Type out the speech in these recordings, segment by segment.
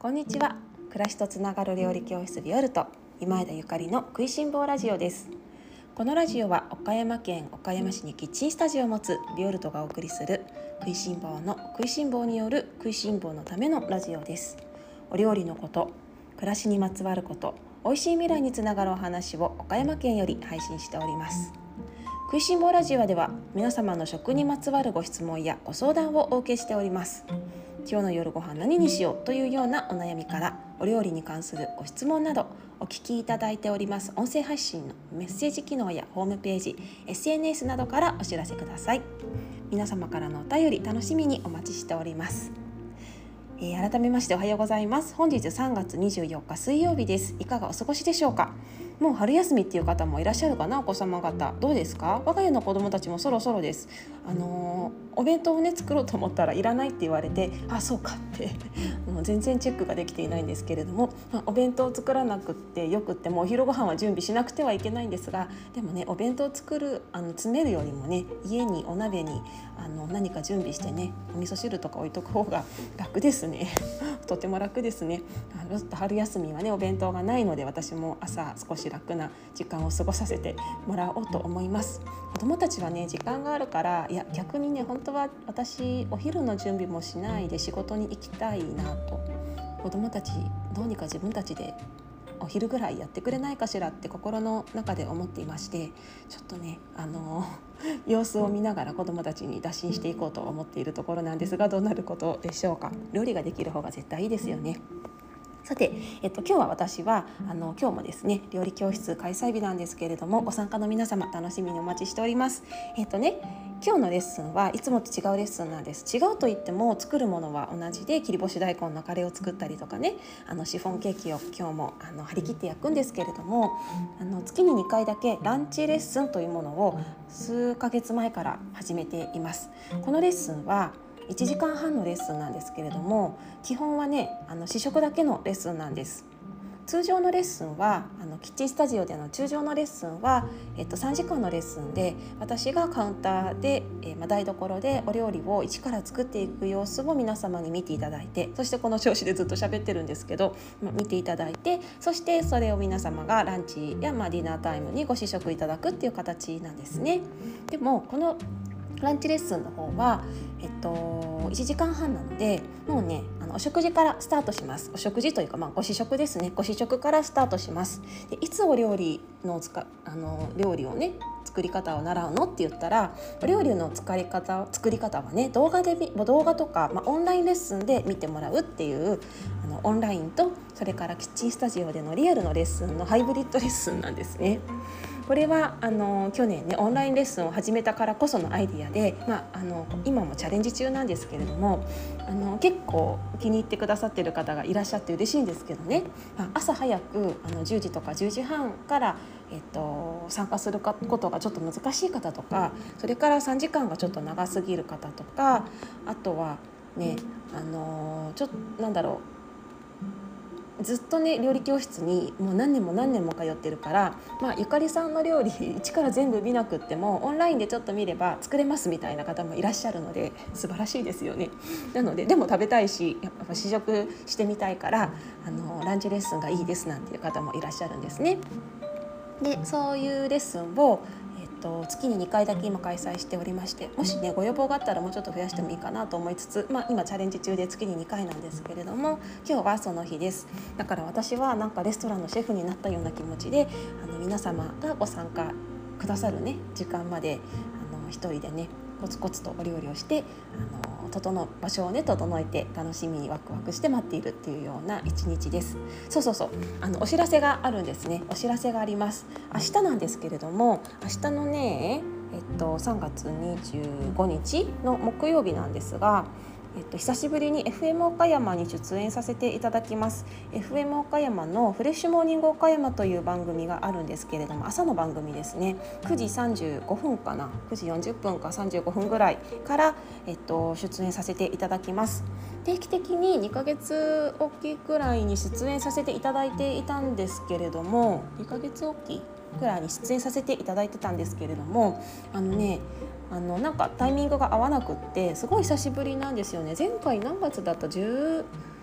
こんにちは。暮らしとつながる料理教室ビオルト今枝ゆかりの食いしん坊ラジオです。このラジオは岡山県岡山市にキッチンスタジオを持つビオルトがお送りする食いしん坊の食いしん坊による食いしん坊のためのラジオです。お料理のこと、暮らしにまつわること、美味しい未来につながるお話を岡山県より配信しております。食いしん坊ラジオでは皆様の食にまつわるご質問やご相談をお受けしております。今日の夜ご飯何にしようというようなお悩みからお料理に関するご質問などお聞きいただいております音声配信のメッセージ機能やホームページ SNS などからお知らせください。皆様からのお便り楽しみにお待ちしております。改めましておはようございます。本日3月24日水曜日です。いかがお過ごしでしょうか。もう春休みっていう方もいらっしゃるかな。お子様方どうですか。我が家の子供たちもそろそろです。お弁当をね作ろうと思ったらいらないって言われて、あ、そうかってもう全然チェックができていないんですけれども、お弁当を作らなくってよくってもお昼ご飯は準備しなくてはいけないんですが、でもねお弁当を詰めるよりもね家にお鍋に何か準備してねお味噌汁とか置いとく方が楽ですねとても楽ですね。ちょっと春休みはねお弁当がないので私も朝少し楽な時間を過ごさせてもらおうと思います。子どもたちはね時間があるから、いや逆にね本当は私お昼の準備もしないで仕事に行きたいなと、子どもたちどうにか自分たちでお昼ぐらいやってくれないかしらって心の中で思っていまして、ちょっとね様子を見ながら子どもたちに打診していこうと思っているところなんですが、どうなることでしょうか。料理ができる方が絶対いいですよね。さて、今日は私は今日もですね料理教室開催日なんですけれども、ご参加の皆様楽しみにお待ちしております。今日のレッスンはいつもと違うレッスンなんです。違うと言っても作るものは同じで、切り干し大根のカレーを作ったりとかね、シフォンケーキを今日も張り切って焼くんですけれども、月に2回だけランチレッスンというものを数ヶ月前から始めています。このレッスンは1時間半のレッスンなんですけれども、基本はね試食だけのレッスンなんです。通常のレッスンはキッチンスタジオでの通常のレッスンは、3時間のレッスンで、私がカウンターで、台所でお料理を一から作っていく様子を皆様に見ていただいて、そしてこの調子でずっと喋ってるんですけど、見ていただいて、そしてそれを皆様がランチや、ディナータイムにご試食いただくっていう形なんですね。でもこのランチレッスンの方は、1時間半なので、もうねお食事からスタートします。お食事というか、ご試食ですね。ご試食からスタートします。でいつお料理の料理をね作り方を習うのって言ったら、お料理の作り方はね動画とか、オンラインレッスンで見てもらうっていうオンラインと、それからキッチンスタジオでのリアルのレッスンのハイブリッドレッスンなんですね。これは去年ねオンラインレッスンを始めたからこそのアイディアで、今もチャレンジ中なんですけれども、結構気に入ってくださっている方がいらっしゃって嬉しいんですけどね、朝早く10時とか10時半から、参加することがちょっと難しい方とか、それから3時間がちょっと長すぎる方とか、あとはねちょっとずっとね料理教室にもう何年も通ってるから、ゆかりさんの料理一から全部見なくってもオンラインでちょっと見れば作れますみたいな方もいらっしゃるので、素晴らしいですよね。なので、でも食べたいしやっぱ試食してみたいからランチレッスンがいいですなんていう方もいらっしゃるんですね。でそういうレッスンを月に2回だけ今開催しておりまして、もしねご要望があったらもうちょっと増やしてもいいかなと思いつつ、今チャレンジ中で月に2回なんですけれども、今日はその日です。だから私はなんかレストランのシェフになったような気持ちで皆様がご参加くださるね時間まで一人でねコツコツとお料理をして場所をね整えて楽しみにワクワクして待っているっていうような一日です。そうお知らせがあるんですね。お知らせがあります。明日なんですけれども、明日のね3月25日の木曜日なんですが、久しぶりに FM 岡山に出演させていただきます。 FM 岡山のフレッシュモーニング岡山という番組があるんですけれども、朝の番組ですね。9時35分かな、9時40分か35分ぐらいから、出演させていただきます。定期的に2ヶ月おきくらいに出演させていただいていたんですけれども、2ヶ月おきくらいに出演させていただいてたんですけれども、なんかタイミングが合わなくって、すごい久しぶりなんですよね。前回何月だった、11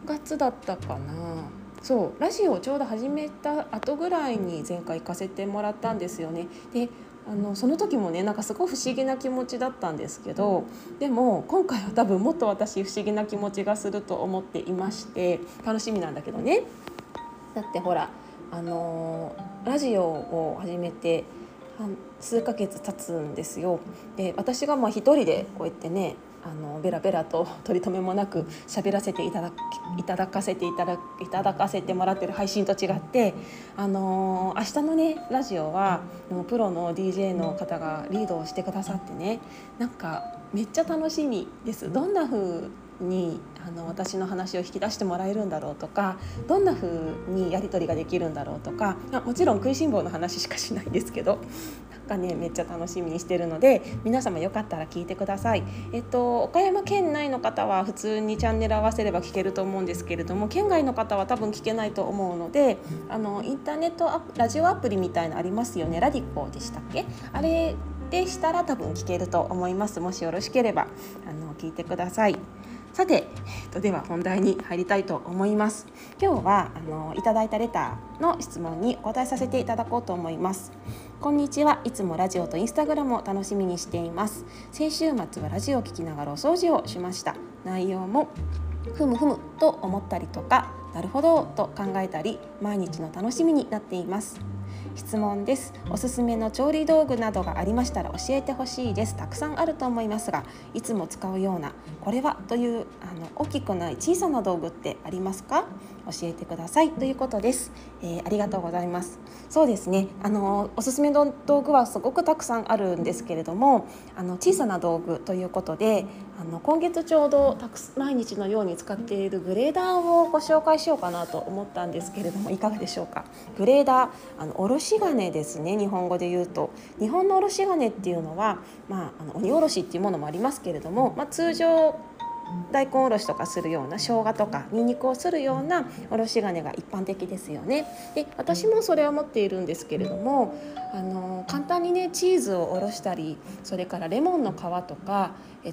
月だったかな。そうラジオをちょうど始めた後ぐらいに前回行かせてもらったんですよね。でその時もねなんかすごい不思議な気持ちだったんですけど、でも今回は多分もっと私不思議な気持ちがすると思っていまして、楽しみなんだけどね。だってほらラジオを始めて数ヶ月経つんですよ。で私が一人でこうやってねベラベラと取り留めもなく喋らせていただかせてもらってる配信と違って、明日のねラジオはプロの DJ の方がリードをしてくださってね、なんかめっちゃ楽しみです。どんな風に私の話を引き出してもらえるんだろうとか、どんな風にやり取りができるんだろうとか、もちろん食いしん坊の話しかしないんですけど、なんかねめっちゃ楽しみにしてるので、皆様よかったら聞いてください。岡山県内の方は普通にチャンネル合わせれば聞けると思うんですけれども、県外の方は多分聞けないと思うので、インターネットラジオアプリみたいなありますよね。ラディコでしたっけ、あれでしたら多分聞けると思います。もしよろしければ聞いてください。さて、では本題に入りたいと思います。今日はいただいたレターの質問にお答えさせていただこうと思います。こんにちは。いつもラジオとインスタグラムを楽しみにしています。先週末はラジオを聞きながらお掃除をしました。内容もふむふむと思ったりとか、なるほどと考えたり、毎日の楽しみになっています。質問です。おすすめの調理道具などがありましたら教えてほしいです。たくさんあると思いますが、いつも使うようなこれはという大きくない小さな道具ってありますか？教えてくださいということです。ありがとうございます。そうですね、おすすめの道具はすごくたくさんあるんですけれども、小さな道具ということで今月ちょうど毎日のように使っているグレーダーをご紹介しようかなと思ったんですけれども、いかがでしょうか。グレーダーおろし金ですね。日本語で言うと、日本のおろし金っていうのは、鬼おろしっていうものもありますけれども、通常大根おろしとかするような、生姜とかニンニクをするようなおろし金が一般的ですよね。で私もそれを持っているんですけれども、簡単にねチーズをおろしたり、それからレモンの皮とか、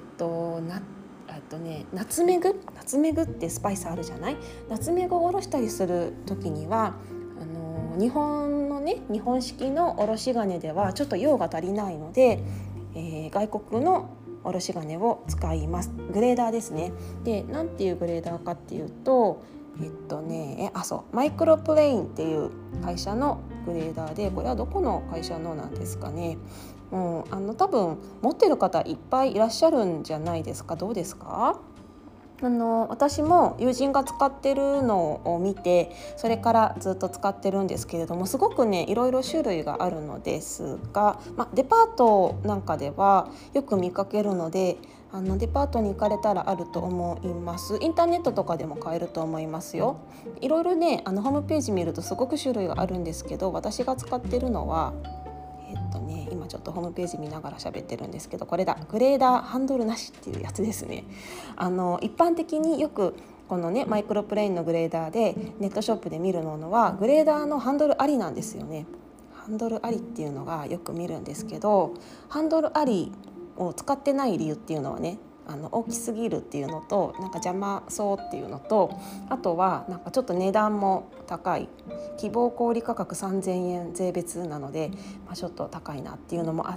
ナツメグってスパイスあるじゃない。ナツメグをおろしたりする時には日本式のおろし金ではちょっと用が足りないので、外国のおろし金を使います。グレーダーですね。で、なんていうグレーダーかっていうと、マイクロプレインっていう会社のグレーダーで、これはどこの会社のなんですかね。多分持ってる方いっぱいいらっしゃるんじゃないですか。どうですか？私も友人が使ってるのを見て、それからずっと使ってるんですけれども、すごくねいろいろ種類があるのですが、デパートなんかではよく見かけるので、デパートに行かれたらあると思います。インターネットとかでも買えると思いますよ。いろいろねホームページ見るとすごく種類があるんですけど、私が使ってるのは今ちょっとホームページ見ながら喋ってるんですけど、これだ、グレーダーハンドルなしっていうやつですね。一般的によくこのねマイクロプレインのグレーダーでネットショップで見るのはグレーダーのハンドルありなんですよね。ハンドルありっていうのがよく見るんですけど、ハンドルありを使ってない理由っていうのはね、大きすぎるっていうのと、なんか邪魔そうっていうのと、あとはなんかちょっと値段も高い、希望小売価格3000円税別なので、ちょっと高いなっていうのもあって、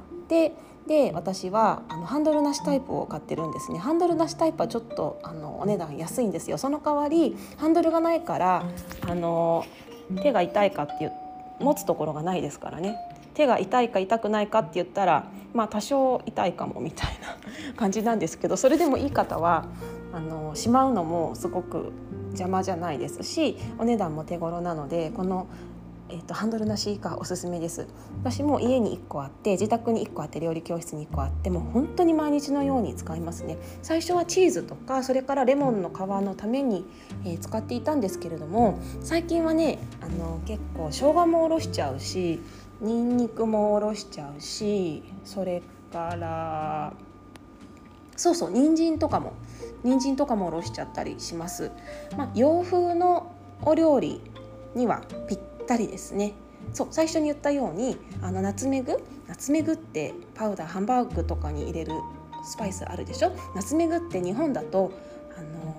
で私はハンドルなしタイプを買ってるんですね。ハンドルなしタイプはちょっとお値段安いんですよ。その代わりハンドルがないから手が痛いかっていう、持つところがないですからね。手が痛いか痛くないかって言ったら、多少痛いかもみたいな感じなんですけど、それでもいい方はしまうのもすごく邪魔じゃないですし、お値段も手頃なので、この、ハンドルなしがおすすめです。私も家に1個あって、自宅に1個あって、料理教室に1個あって、もう本当に毎日のように使いますね。最初はチーズとか、それからレモンの皮のために、使っていたんですけれども、最近はね結構生姜もおろしちゃうし、ニンニクもおろしちゃうし、それから人参とかもおろしちゃったりします。洋風のお料理にはぴったりですね。最初に言ったようにナツメグってパウダー、ハンバーグとかに入れるスパイスあるでしょ。ナツメグって日本だと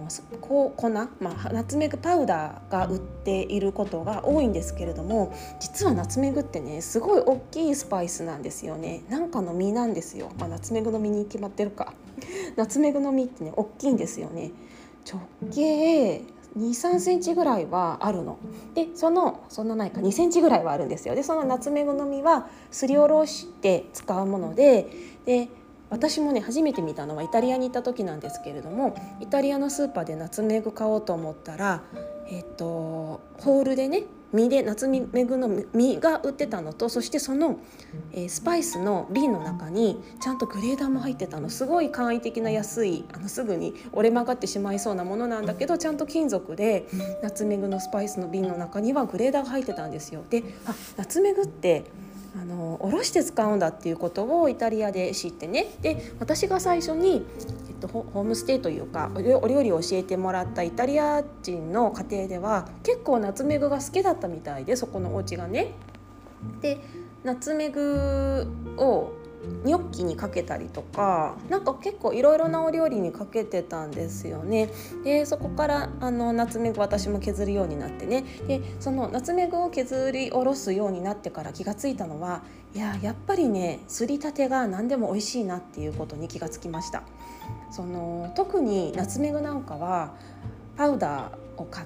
粉、ナツメグパウダーが売っていることが多いんですけれども、実はナツメグってねすごい大きいスパイスなんですよね。なんかの実なんですよ。ナツメグの実に決まってるかナツメグの実ってね大きいんですよね。直径2、3センチぐらいはあるので、そんなないか2センチぐらいはあるんですよ。でそのナツメグの実はすりおろして使うもので、私もね初めて見たのはイタリアに行った時なんですけれども、イタリアのスーパーでナツメグ買おうと思ったら、ホールでねナツメグの実が売ってたのと、そしてその、スパイスの瓶の中にちゃんとグレーダーも入ってたの。すごい簡易的な安いすぐに折れ曲がってしまいそうなものなんだけど、ちゃんと金属でナツメグのスパイスの瓶の中にはグレーダーが入ってたんですよ。でナツメグっておろして使うんだっていうことをイタリアで知ってね。で私が最初に、ホームステイというかお料理を教えてもらったイタリア人の家庭では結構ナツメグが好きだったみたいで、そこのお家がね。でナツメグをニョッキにかけたりとか、なんか結構いろいろなお料理にかけてたんですよね。でそこからナツメグ私も削るようになってね。でそのナツメグを削りおろすようになってから気がついたのは、やっぱりねすりたてが何でも美味しいなっていうことに気がつきました。特にナツメグなんかはパウダーを買って、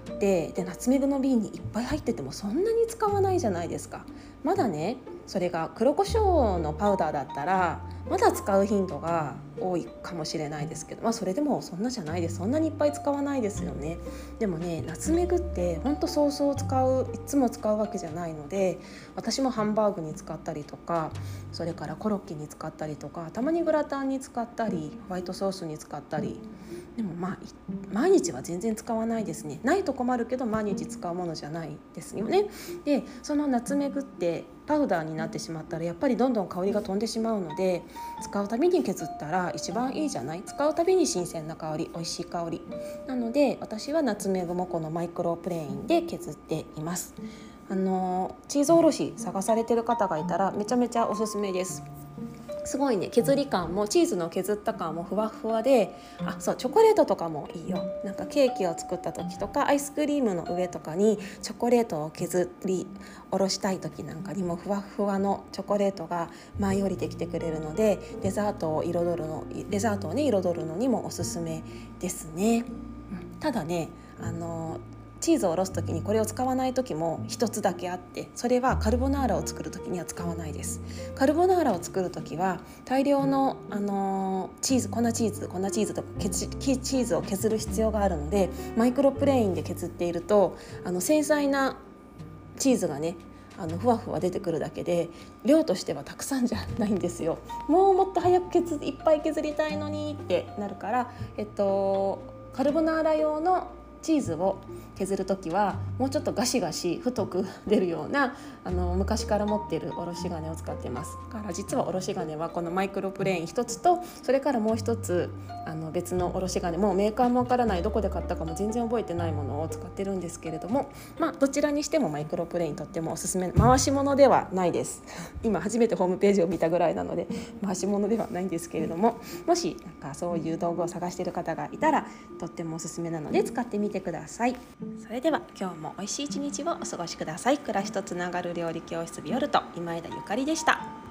でナツメグの瓶にいっぱい入っててもそんなに使わないじゃないですか。まだねそれが黒胡椒のパウダーだったらまだ使う頻度が多いかもしれないですけど、それでもそんなじゃないです。そんなにいっぱい使わないですよね。でもねナツメグってほんとそうそういつも使うわけじゃないので、私もハンバーグに使ったりとか、それからコロッケに使ったりとか、たまにグラタンに使ったりホワイトソースに使ったり。でも毎日は全然使わないですね。ないと困るけど毎日使うものじゃないですよね。でそのナツメグってパウダーになってしまったらやっぱりどんどん香りが飛んでしまうので、使うたびに削ったら一番いいじゃない。使うたびに新鮮な香り、美味しい香りなので、私はナツメグもこのマイクロプレーンで削っています。チーズおろし探されてる方がいたらめちゃめちゃおすすめです。すごいね削り感もチーズの削った感もふわふわで、そうチョコレートとかもいいよ。なんかケーキを作った時とかアイスクリームの上とかにチョコレートを削りおろしたい時なんかにもふわふわのチョコレートが舞い降りてきてくれるので、デザートをね彩るのにもおすすめですね。ただねチーズをおろす時にこれを使わない時も一つだけあって、それはカルボナーラを作る時には使わないです。カルボナーラを作る時は大量の、粉チーズとかチーズを削る必要があるので、マイクロプレーンで削っていると繊細なチーズがねふわふわ出てくるだけで量としてはたくさんじゃないんですよ。もっと早くいっぱい削りたいのにってなるから、カルボナーラ用のチーズを削るときはもうちょっとガシガシ太く出るような昔から持っているおろし金を使っています。だから実はおろし金はこのマイクロプレーン一つと、それからもう一つ別のおろし金もメーカーもわからない、どこで買ったかも全然覚えてないものを使ってるんですけれども、どちらにしてもマイクロプレーンとってもおすすめ。回し物ではないです今初めてホームページを見たぐらいなので回し物ではないんですけれども、もしなんかそういう道具を探している方がいたらとってもおすすめなので使ってみてください。それでは今日も美味しい一日をお過ごしください。暮らしとつながる料理教室ビオルト今枝ゆかりでした。